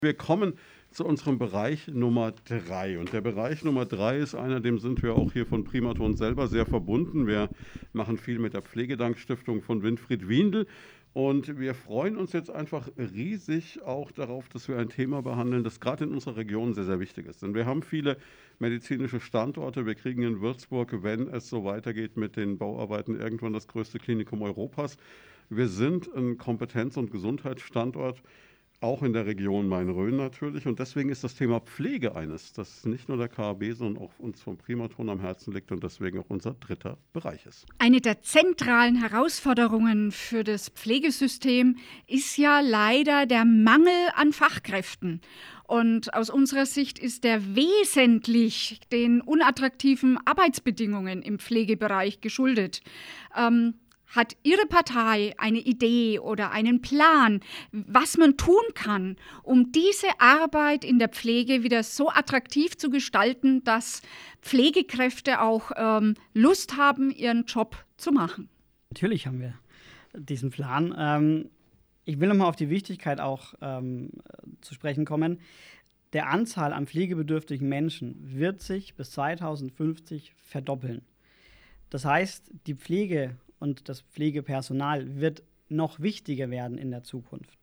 Wir kommen zu unserem Bereich Nummer 3. Und der Bereich Nummer 3 ist einer, dem sind wir auch hier von Primaton selber sehr verbunden. Wir machen viel mit der Pflegedankstiftung von Winfried Wiendl. Und wir freuen uns jetzt einfach riesig auch darauf, dass wir ein Thema behandeln, das gerade in unserer Region sehr, sehr wichtig ist. Denn wir haben viele medizinische Standorte. Wir kriegen in Würzburg, wenn es so weitergeht mit den Bauarbeiten, irgendwann das größte Klinikum Europas. Wir sind ein Kompetenz- und Gesundheitsstandort, auch in der Region Main-Rhön natürlich. Und deswegen ist das Thema Pflege eines, das nicht nur der KAB, sondern auch uns vom Primaton am Herzen liegt und deswegen auch unser dritter Bereich ist. Eine der zentralen Herausforderungen für das Pflegesystem ist ja leider der Mangel an Fachkräften. Und aus unserer Sicht ist der wesentlich den unattraktiven Arbeitsbedingungen im Pflegebereich geschuldet. Hat Ihre Partei eine Idee oder einen Plan, was man tun kann, um diese Arbeit in der Pflege wieder so attraktiv zu gestalten, dass Pflegekräfte auch Lust haben, ihren Job zu machen? Natürlich haben wir diesen Plan. Ich will nochmal auf die Wichtigkeit auch zu sprechen kommen. Der Anzahl an pflegebedürftigen Menschen wird sich bis 2050 verdoppeln. Das heißt, die Pflege und das Pflegepersonal wird noch wichtiger werden in der Zukunft.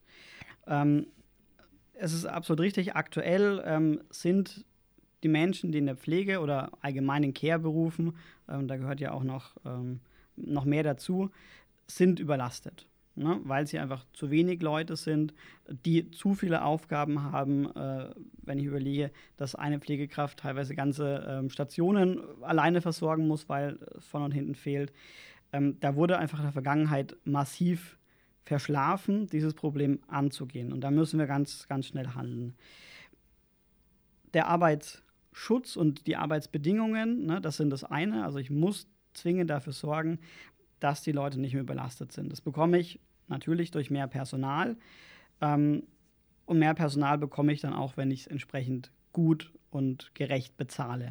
Es ist absolut richtig, aktuell sind die Menschen, die in der Pflege oder allgemein in Care-Berufen, da gehört ja auch noch mehr dazu, sind überlastet. Ne? Weil sie einfach zu wenig Leute sind, die zu viele Aufgaben haben. Wenn ich überlege, dass eine Pflegekraft teilweise ganze Stationen alleine versorgen muss, weil es vorne und hinten fehlt. Da wurde einfach in der Vergangenheit massiv verschlafen, dieses Problem anzugehen. Und da müssen wir ganz, ganz schnell handeln. Der Arbeitsschutz und die Arbeitsbedingungen, ne, das sind das eine. Also ich muss zwingend dafür sorgen, dass die Leute nicht mehr überlastet sind. Das bekomme ich natürlich durch mehr Personal. Und mehr Personal bekomme ich dann auch, wenn ich es entsprechend gut und gerecht bezahle.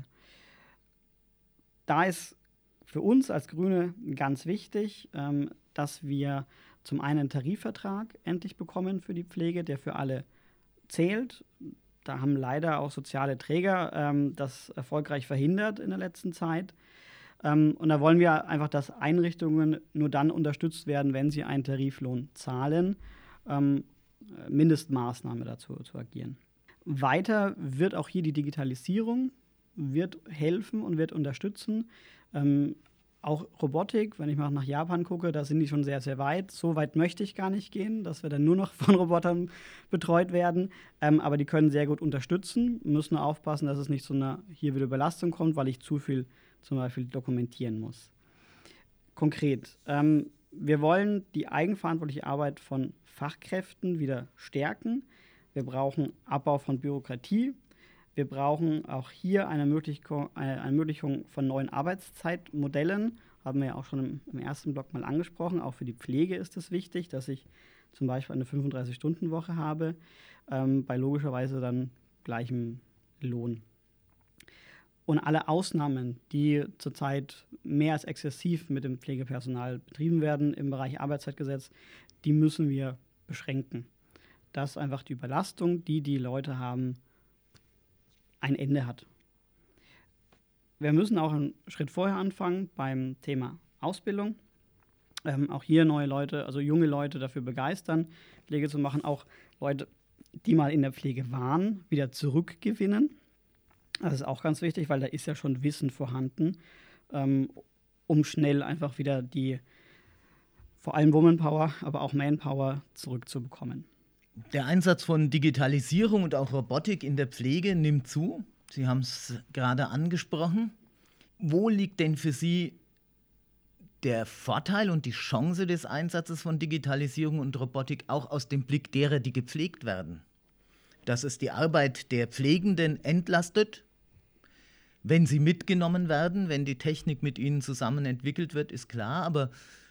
Da ist für uns als Grüne ganz wichtig, dass wir zum einen einen Tarifvertrag endlich bekommen für die Pflege, der für alle zählt. Da haben leider auch soziale Träger das erfolgreich verhindert in der letzten Zeit. Und da wollen wir einfach, dass Einrichtungen nur dann unterstützt werden, wenn sie einen Tariflohn zahlen, Mindestmaßnahme dazu zu agieren. Weiter wird auch hier die Digitalisierung wird helfen und wird unterstützen. Auch Robotik, wenn ich mal nach Japan gucke, da sind die schon sehr, sehr weit. So weit möchte ich gar nicht gehen, dass wir dann nur noch von Robotern betreut werden. Aber die können sehr gut unterstützen. Wir müssen nur aufpassen, dass es nicht zu einer hier wieder Überlastung kommt, weil ich zu viel zum Beispiel dokumentieren muss. Konkret, wir wollen die eigenverantwortliche Arbeit von Fachkräften wieder stärken. Wir brauchen Abbau von Bürokratie. Wir brauchen auch hier eine Ermöglichung von neuen Arbeitszeitmodellen. Haben wir ja auch schon im ersten Block mal angesprochen. Auch für die Pflege ist es wichtig, dass ich zum Beispiel eine 35-Stunden-Woche habe, bei logischerweise dann gleichem Lohn. Und alle Ausnahmen, die zurzeit mehr als exzessiv mit dem Pflegepersonal betrieben werden im Bereich Arbeitszeitgesetz, die müssen wir beschränken. Dass einfach die Überlastung, die Leute haben, ein Ende hat. Wir müssen auch einen Schritt vorher anfangen beim Thema Ausbildung. Auch hier neue Leute, also junge Leute dafür begeistern, Pflege zu machen. Auch Leute, die mal in der Pflege waren, wieder zurückgewinnen. Das ist auch ganz wichtig, weil da ist ja schon Wissen vorhanden, um schnell einfach wieder die vor allem Womanpower, aber auch Manpower zurückzubekommen. Der Einsatz von Digitalisierung und auch Robotik in der Pflege nimmt zu. Sie haben es gerade angesprochen. Wo liegt denn für Sie der Vorteil und die Chance des Einsatzes von Digitalisierung und Robotik auch aus dem Blick derer, die gepflegt werden? Dass es die Arbeit der Pflegenden entlastet, wenn sie mitgenommen werden, wenn die Technik mit ihnen zusammen entwickelt wird, ist klar. Aber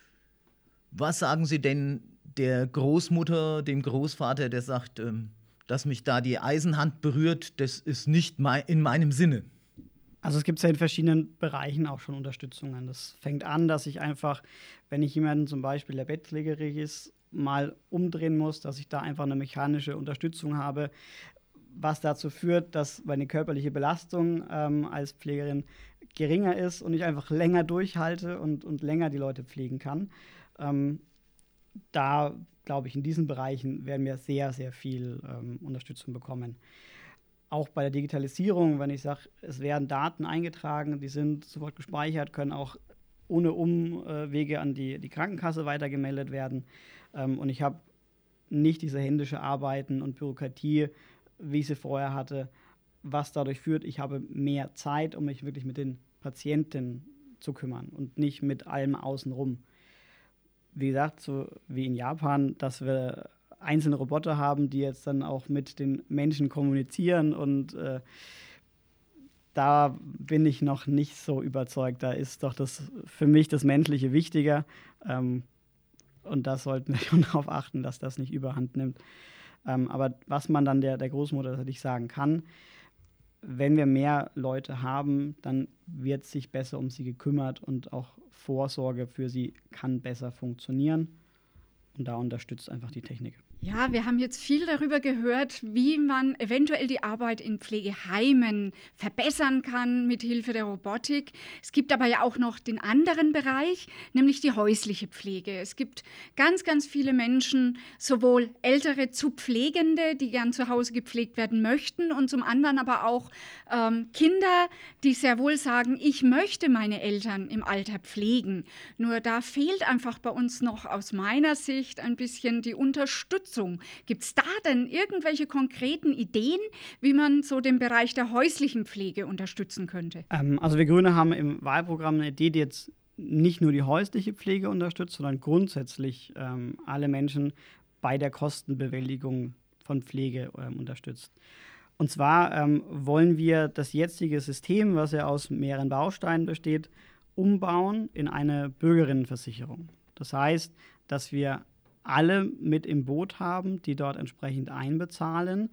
was sagen Sie denn der Großmutter, dem Großvater, der sagt, dass mich da die Eisenhand berührt, das ist nicht in meinem Sinne? Also es gibt ja in verschiedenen Bereichen auch schon Unterstützungen. Das fängt an, dass ich einfach, wenn ich jemanden zum Beispiel, der bettlägerig ist, mal umdrehen muss, dass ich da einfach eine mechanische Unterstützung habe, was dazu führt, dass meine körperliche Belastung als Pflegerin geringer ist und ich einfach länger durchhalte und länger die Leute pflegen kann. Da glaube ich, in diesen Bereichen werden wir sehr, sehr viel Unterstützung bekommen. Auch bei der Digitalisierung, wenn ich sage, es werden Daten eingetragen, die sind sofort gespeichert, können auch ohne Umwege an die Krankenkasse weitergemeldet werden. Und ich habe nicht diese händische Arbeiten und Bürokratie, wie ich sie vorher hatte, was dadurch führt, ich habe mehr Zeit, um mich wirklich mit den Patienten zu kümmern und nicht mit allem außenrum. Wie gesagt, so wie in Japan, dass wir einzelne Roboter haben, die jetzt dann auch mit den Menschen kommunizieren und da bin ich noch nicht so überzeugt. Da ist doch für mich das Menschliche wichtiger und da sollten wir schon darauf achten, dass das nicht überhand nimmt. Aber was man dann der Großmutter tatsächlich sagen kann, wenn wir mehr Leute haben, dann wird sich besser um sie gekümmert und auch Vorsorge für sie kann besser funktionieren. Und da unterstützt einfach die Technik. Ja, wir haben jetzt viel darüber gehört, wie man eventuell die Arbeit in Pflegeheimen verbessern kann mit Hilfe der Robotik. Es gibt aber ja auch noch den anderen Bereich, nämlich die häusliche Pflege. Es gibt ganz, ganz viele Menschen, sowohl ältere zu Pflegende, die gern zu Hause gepflegt werden möchten und zum anderen aber auch Kinder, die sehr wohl sagen, ich möchte meine Eltern im Alter pflegen. Nur da fehlt einfach bei uns noch aus meiner Sicht ein bisschen die Unterstützung. Gibt es da denn irgendwelche konkreten Ideen, wie man so den Bereich der häuslichen Pflege unterstützen könnte? Also wir Grüne haben im Wahlprogramm eine Idee, die jetzt nicht nur die häusliche Pflege unterstützt, sondern grundsätzlich alle Menschen bei der Kostenbewältigung von Pflege unterstützt. Und zwar wollen wir das jetzige System, was ja aus mehreren Bausteinen besteht, umbauen in eine Bürgerinnenversicherung. Das heißt, dass wir alle mit im Boot haben, die dort entsprechend einbezahlen.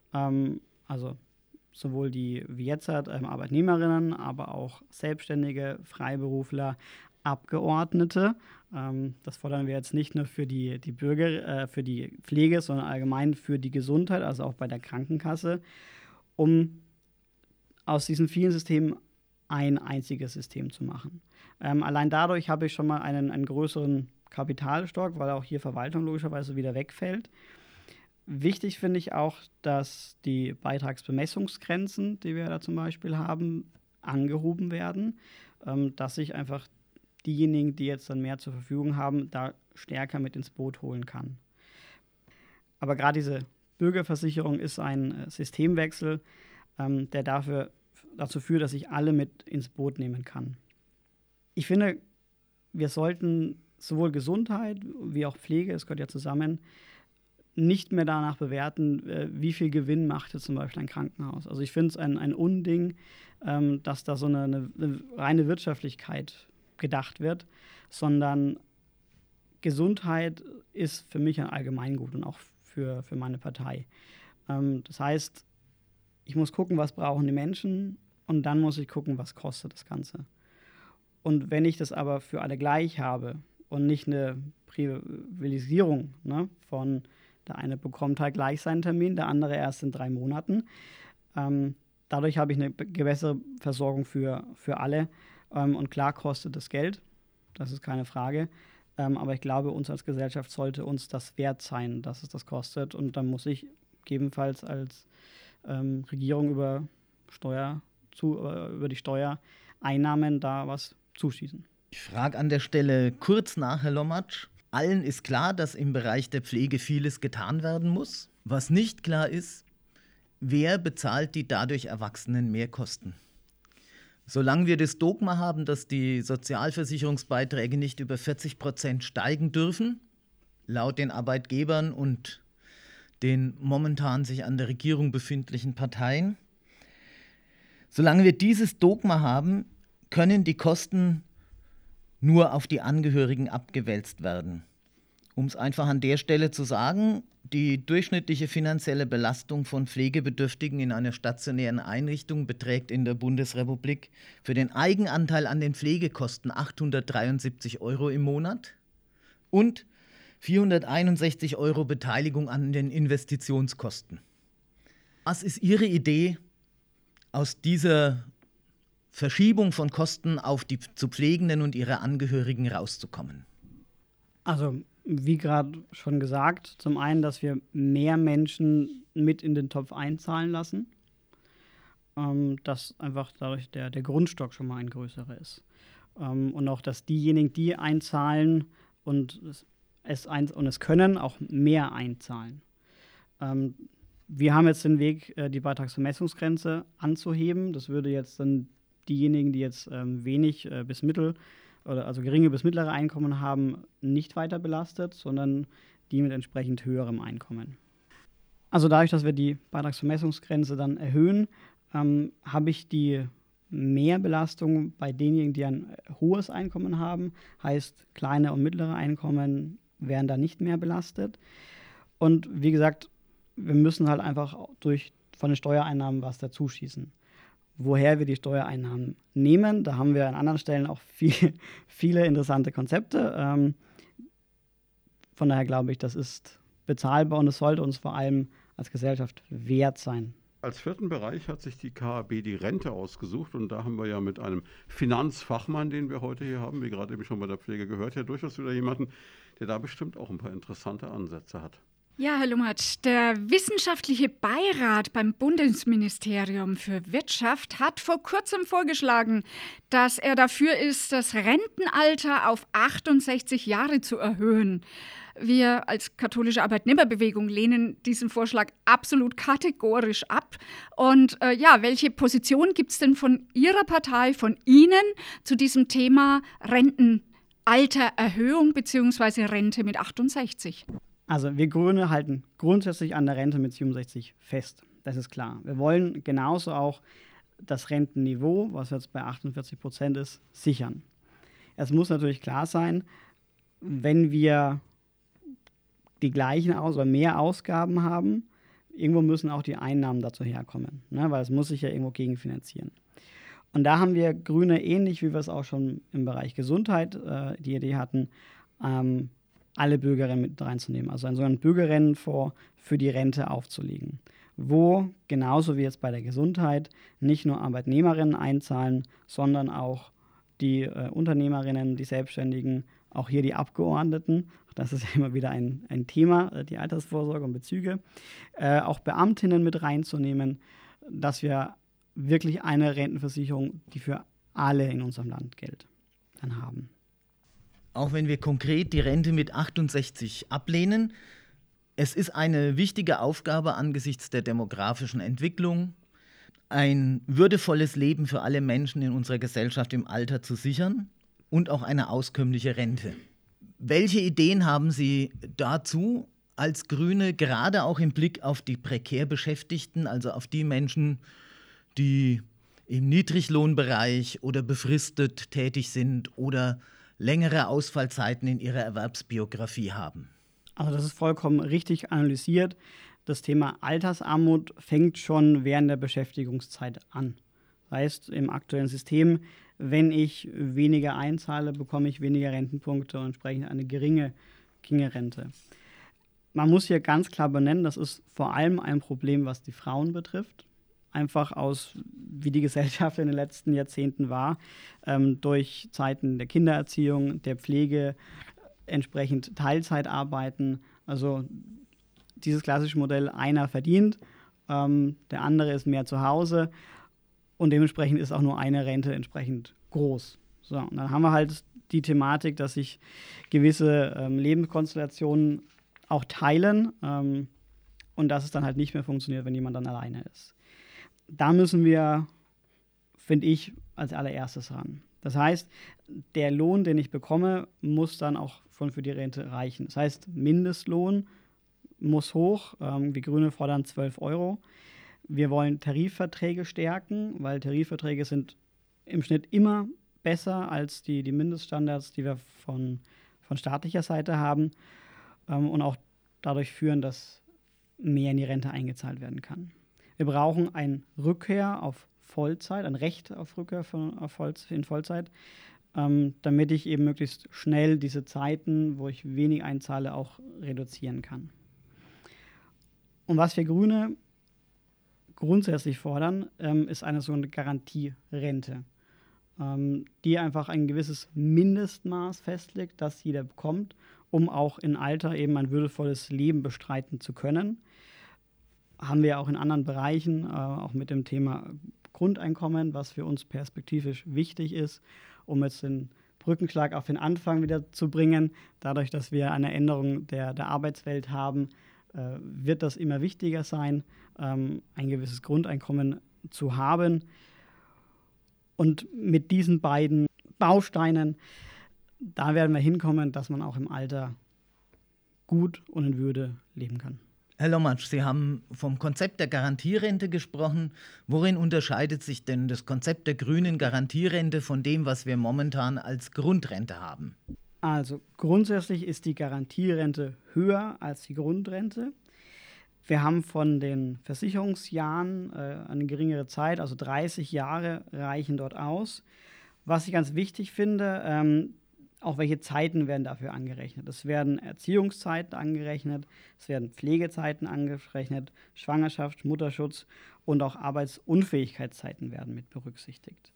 Also sowohl die wie jetzt Arbeitnehmerinnen, aber auch Selbstständige, Freiberufler, Abgeordnete. Das fordern wir jetzt nicht nur für die Bürger, für die Pflege, sondern allgemein für die Gesundheit, also auch bei der Krankenkasse, um aus diesen vielen Systemen ein einziges System zu machen. Allein dadurch habe ich schon mal einen größeren Kapitalstock, weil auch hier Verwaltung logischerweise wieder wegfällt. Wichtig finde ich auch, dass die Beitragsbemessungsgrenzen, die wir da zum Beispiel haben, angehoben werden, dass sich einfach diejenigen, die jetzt dann mehr zur Verfügung haben, da stärker mit ins Boot holen kann. Aber gerade diese Bürgerversicherung ist ein Systemwechsel, der dazu führt, dass ich alle mit ins Boot nehmen kann. Ich finde, wir sollten sowohl Gesundheit wie auch Pflege, es gehört ja zusammen, nicht mehr danach bewerten, wie viel Gewinn macht jetzt zum Beispiel ein Krankenhaus. Also ich finde es ein Unding, dass da so eine reine Wirtschaftlichkeit gedacht wird, sondern Gesundheit ist für mich ein Allgemeingut und auch für meine Partei. Das heißt, ich muss gucken, was brauchen die Menschen und dann muss ich gucken, was kostet das Ganze. Und wenn ich das aber für alle gleich habe und nicht eine Privilegisierung, ne, von der eine bekommt halt gleich seinen Termin, der andere erst in 3 Monaten. Dadurch habe ich eine bessere Versorgung für alle. Und klar kostet das Geld, das ist keine Frage. Aber ich glaube, uns als Gesellschaft sollte uns das wert sein, dass es das kostet. Und dann muss ich gegebenenfalls als Regierung über die Steuereinnahmen da was zuschießen. Ich frage an der Stelle kurz nach, Herr Lommatsch. Allen ist klar, dass im Bereich der Pflege vieles getan werden muss. Was nicht klar ist, wer bezahlt die dadurch erwachsenen Mehrkosten? Solange wir das Dogma haben, dass die Sozialversicherungsbeiträge nicht über 40% steigen dürfen, laut den Arbeitgebern und den momentan sich an der Regierung befindlichen Parteien, solange wir dieses Dogma haben, können die Kosten nur auf die Angehörigen abgewälzt werden. Um es einfach an der Stelle zu sagen, die durchschnittliche finanzielle Belastung von Pflegebedürftigen in einer stationären Einrichtung beträgt in der Bundesrepublik für den Eigenanteil an den Pflegekosten 873 € im Monat und 461 € Beteiligung an den Investitionskosten. Was ist Ihre Idee, aus dieser Verschiebung von Kosten auf die zu Pflegenden und ihre Angehörigen rauszukommen? Also, wie gerade schon gesagt, zum einen, dass wir mehr Menschen mit in den Topf einzahlen lassen, dass einfach dadurch der Grundstock schon mal ein größerer ist. Und auch, dass diejenigen, die einzahlen und es können, auch mehr einzahlen. Wir haben jetzt den Weg, die Beitragsvermessungsgrenze anzuheben. Das würde jetzt dann diejenigen, die jetzt wenig bis mittel oder also geringe bis mittlere Einkommen haben, nicht weiter belastet, sondern die mit entsprechend höherem Einkommen. Also dadurch, dass wir die Beitragsvermessungsgrenze dann erhöhen, habe ich die Mehrbelastung bei denjenigen, die ein hohes Einkommen haben, heißt kleine und mittlere Einkommen werden da nicht mehr belastet. Und wie gesagt, wir müssen halt einfach von den Steuereinnahmen was dazuschießen. Woher wir die Steuereinnahmen nehmen, da haben wir an anderen Stellen auch viele interessante Konzepte. Von daher glaube ich, das ist bezahlbar und es sollte uns vor allem als Gesellschaft wert sein. Als vierten Bereich hat sich die KAB die Rente ausgesucht und da haben wir ja mit einem Finanzfachmann, den wir heute hier haben, wie gerade eben schon bei der Pflege gehört, ja durchaus wieder jemanden, der da bestimmt auch ein paar interessante Ansätze hat. Ja, Herr Lummert, der wissenschaftliche Beirat beim Bundesministerium für Wirtschaft hat vor kurzem vorgeschlagen, dass er dafür ist, das Rentenalter auf 68 Jahre zu erhöhen. Wir als katholische Arbeitnehmerbewegung lehnen diesen Vorschlag absolut kategorisch ab. Und welche Position gibt es denn von Ihrer Partei, von Ihnen zu diesem Thema Rentenaltererhöhung bzw. Rente mit 68? Also wir Grüne halten grundsätzlich an der Rente mit 67 fest. Das ist klar. Wir wollen genauso auch das Rentenniveau, was jetzt bei 48% ist, sichern. Es muss natürlich klar sein, wenn wir die gleichen oder mehr Ausgaben haben, irgendwo müssen auch die Einnahmen dazu herkommen, ne? Weil es muss sich ja irgendwo gegenfinanzieren. Und da haben wir Grüne, ähnlich wie wir es auch schon im Bereich Gesundheit die Idee hatten, alle Bürgerinnen mit reinzunehmen, also einen sogenannten Bürgerinnenfonds für die Rente aufzulegen, wo genauso wie jetzt bei der Gesundheit nicht nur Arbeitnehmerinnen einzahlen, sondern auch die Unternehmerinnen, die Selbstständigen, auch hier die Abgeordneten, das ist ja immer wieder ein Thema, die Altersvorsorge und Bezüge, auch Beamtinnen mit reinzunehmen, dass wir wirklich eine Rentenversicherung, die für alle in unserem Land gilt, dann haben. Auch wenn wir konkret die Rente mit 68 ablehnen, es ist eine wichtige Aufgabe angesichts der demografischen Entwicklung, ein würdevolles Leben für alle Menschen in unserer Gesellschaft im Alter zu sichern und auch eine auskömmliche Rente. Welche Ideen haben Sie dazu als Grüne, gerade auch im Blick auf die prekär Beschäftigten, also auf die Menschen, die im Niedriglohnbereich oder befristet tätig sind oder längere Ausfallzeiten in ihrer Erwerbsbiografie haben? Also das ist vollkommen richtig analysiert. Das Thema Altersarmut fängt schon während der Beschäftigungszeit an. Das heißt, im aktuellen System, wenn ich weniger einzahle, bekomme ich weniger Rentenpunkte und entsprechend eine geringe Rente. Man muss hier ganz klar benennen, das ist vor allem ein Problem, was die Frauen betrifft. Einfach wie die Gesellschaft in den letzten Jahrzehnten war, durch Zeiten der Kindererziehung, der Pflege, entsprechend Teilzeit arbeiten. Also dieses klassische Modell, einer verdient, der andere ist mehr zu Hause und dementsprechend ist auch nur eine Rente entsprechend groß. So, und dann haben wir halt die Thematik, dass sich gewisse Lebenskonstellationen auch teilen und dass es dann halt nicht mehr funktioniert, wenn jemand dann alleine ist. Da müssen wir, finde ich, als allererstes ran. Das heißt, der Lohn, den ich bekomme, muss dann auch für die Rente reichen. Das heißt, Mindestlohn muss hoch. Wir Grüne fordern 12 €. Wir wollen Tarifverträge stärken, weil Tarifverträge sind im Schnitt immer besser als die Mindeststandards, die wir von staatlicher Seite haben und auch dadurch führen, dass mehr in die Rente eingezahlt werden kann. Wir brauchen ein Rückkehr auf Vollzeit, ein Recht auf Rückkehr in Vollzeit. damit ich eben möglichst schnell diese Zeiten, wo ich wenig einzahle, auch reduzieren kann. Und was wir Grüne grundsätzlich fordern, ist eine sogenannte Garantierente, die einfach ein gewisses Mindestmaß festlegt, das jeder bekommt, um auch im Alter eben ein würdevolles Leben bestreiten zu können. Haben wir auch in anderen Bereichen, auch mit dem Thema Grundeinkommen, was für uns perspektivisch wichtig ist, um jetzt den Brückenschlag auf den Anfang wieder zu bringen. Dadurch, dass wir eine Änderung der Arbeitswelt haben, wird das immer wichtiger sein, ein gewisses Grundeinkommen zu haben. Und mit diesen beiden Bausteinen, da werden wir hinkommen, dass man auch im Alter gut und in Würde leben kann. Herr Lommatsch, Sie haben vom Konzept der Garantierente gesprochen. Worin unterscheidet sich denn das Konzept der grünen Garantierente von dem, was wir momentan als Grundrente haben? Also grundsätzlich ist die Garantierente höher als die Grundrente. Wir haben von den Versicherungsjahren eine geringere Zeit, also 30 Jahre reichen dort aus. Was ich ganz wichtig finde, auch welche Zeiten werden dafür angerechnet. Es werden Erziehungszeiten angerechnet, es werden Pflegezeiten angerechnet, Schwangerschaft, Mutterschutz und auch Arbeitsunfähigkeitszeiten werden mit berücksichtigt.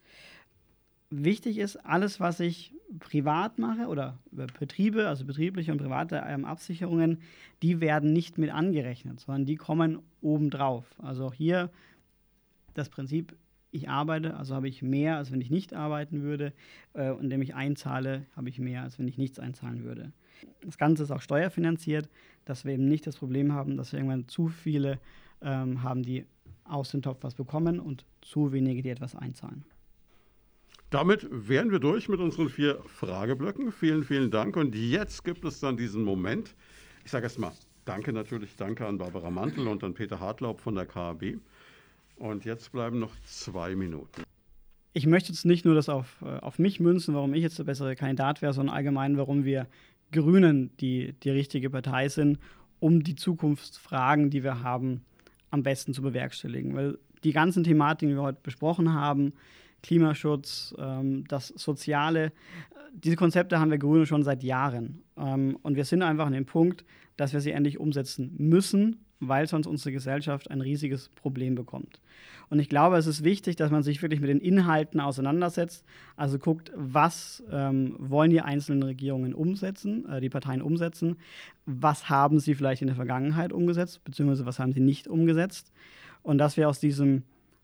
Wichtig ist, alles, was ich privat mache oder über Betriebe, also betriebliche und private Absicherungen, die werden nicht mit angerechnet, sondern die kommen obendrauf. Also auch hier das Prinzip, ich arbeite, also habe ich mehr, als wenn ich nicht arbeiten würde. Indem ich einzahle, habe ich mehr, als wenn ich nichts einzahlen würde. Das Ganze ist auch steuerfinanziert, dass wir eben nicht das Problem haben, dass wir irgendwann zu viele haben, die aus dem Topf was bekommen und zu wenige, die etwas einzahlen. Damit wären wir durch mit unseren 4 Frageblöcken. Vielen, vielen Dank. Und jetzt gibt es dann diesen Moment. Ich sage erstmal danke an Barbara Mantel und an Peter Hartlaub von der KAB. Und jetzt bleiben noch 2 Minuten. Ich möchte jetzt nicht nur das auf mich münzen, warum ich jetzt der bessere Kandidat wäre, sondern allgemein, warum wir Grünen die richtige Partei sind, um die Zukunftsfragen, die wir haben, am besten zu bewerkstelligen. Weil die ganzen Thematiken, die wir heute besprochen haben, Klimaschutz, das Soziale, diese Konzepte haben wir Grüne schon seit Jahren. Und wir sind einfach an dem Punkt, dass wir sie endlich umsetzen müssen, weil sonst unsere Gesellschaft ein riesiges Problem bekommt. Und ich glaube, es ist wichtig, dass man sich wirklich mit den Inhalten auseinandersetzt, also guckt, was wollen die einzelnen Regierungen umsetzen, die Parteien umsetzen, was haben sie vielleicht in der Vergangenheit umgesetzt, beziehungsweise was haben sie nicht umgesetzt, und dass wir aus diesem,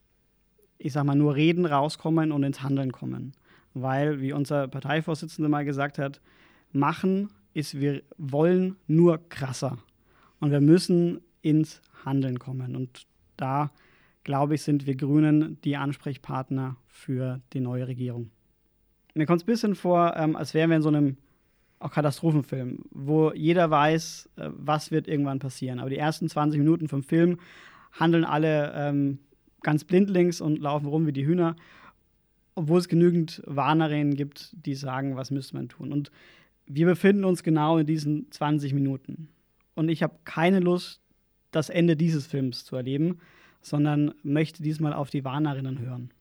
ich sag mal, nur Reden rauskommen und ins Handeln kommen. Weil, wie unser Parteivorsitzender mal gesagt hat, machen ist, wir wollen nur krasser. Und wir müssen ins Handeln kommen. Und da, glaube ich, sind wir Grünen die Ansprechpartner für die neue Regierung. Mir kommt es ein bisschen vor, als wären wir in so einem auch Katastrophenfilm, wo jeder weiß, was wird irgendwann passieren. Aber die ersten 20 Minuten vom Film handeln alle ganz blindlings und laufen rum wie die Hühner, obwohl es genügend Warnerinnen gibt, die sagen, was müsste man tun. Und wir befinden uns genau in diesen 20 Minuten. Und ich habe keine Lust, das Ende dieses Films zu erleben, sondern möchte diesmal auf die Warnerinnen hören.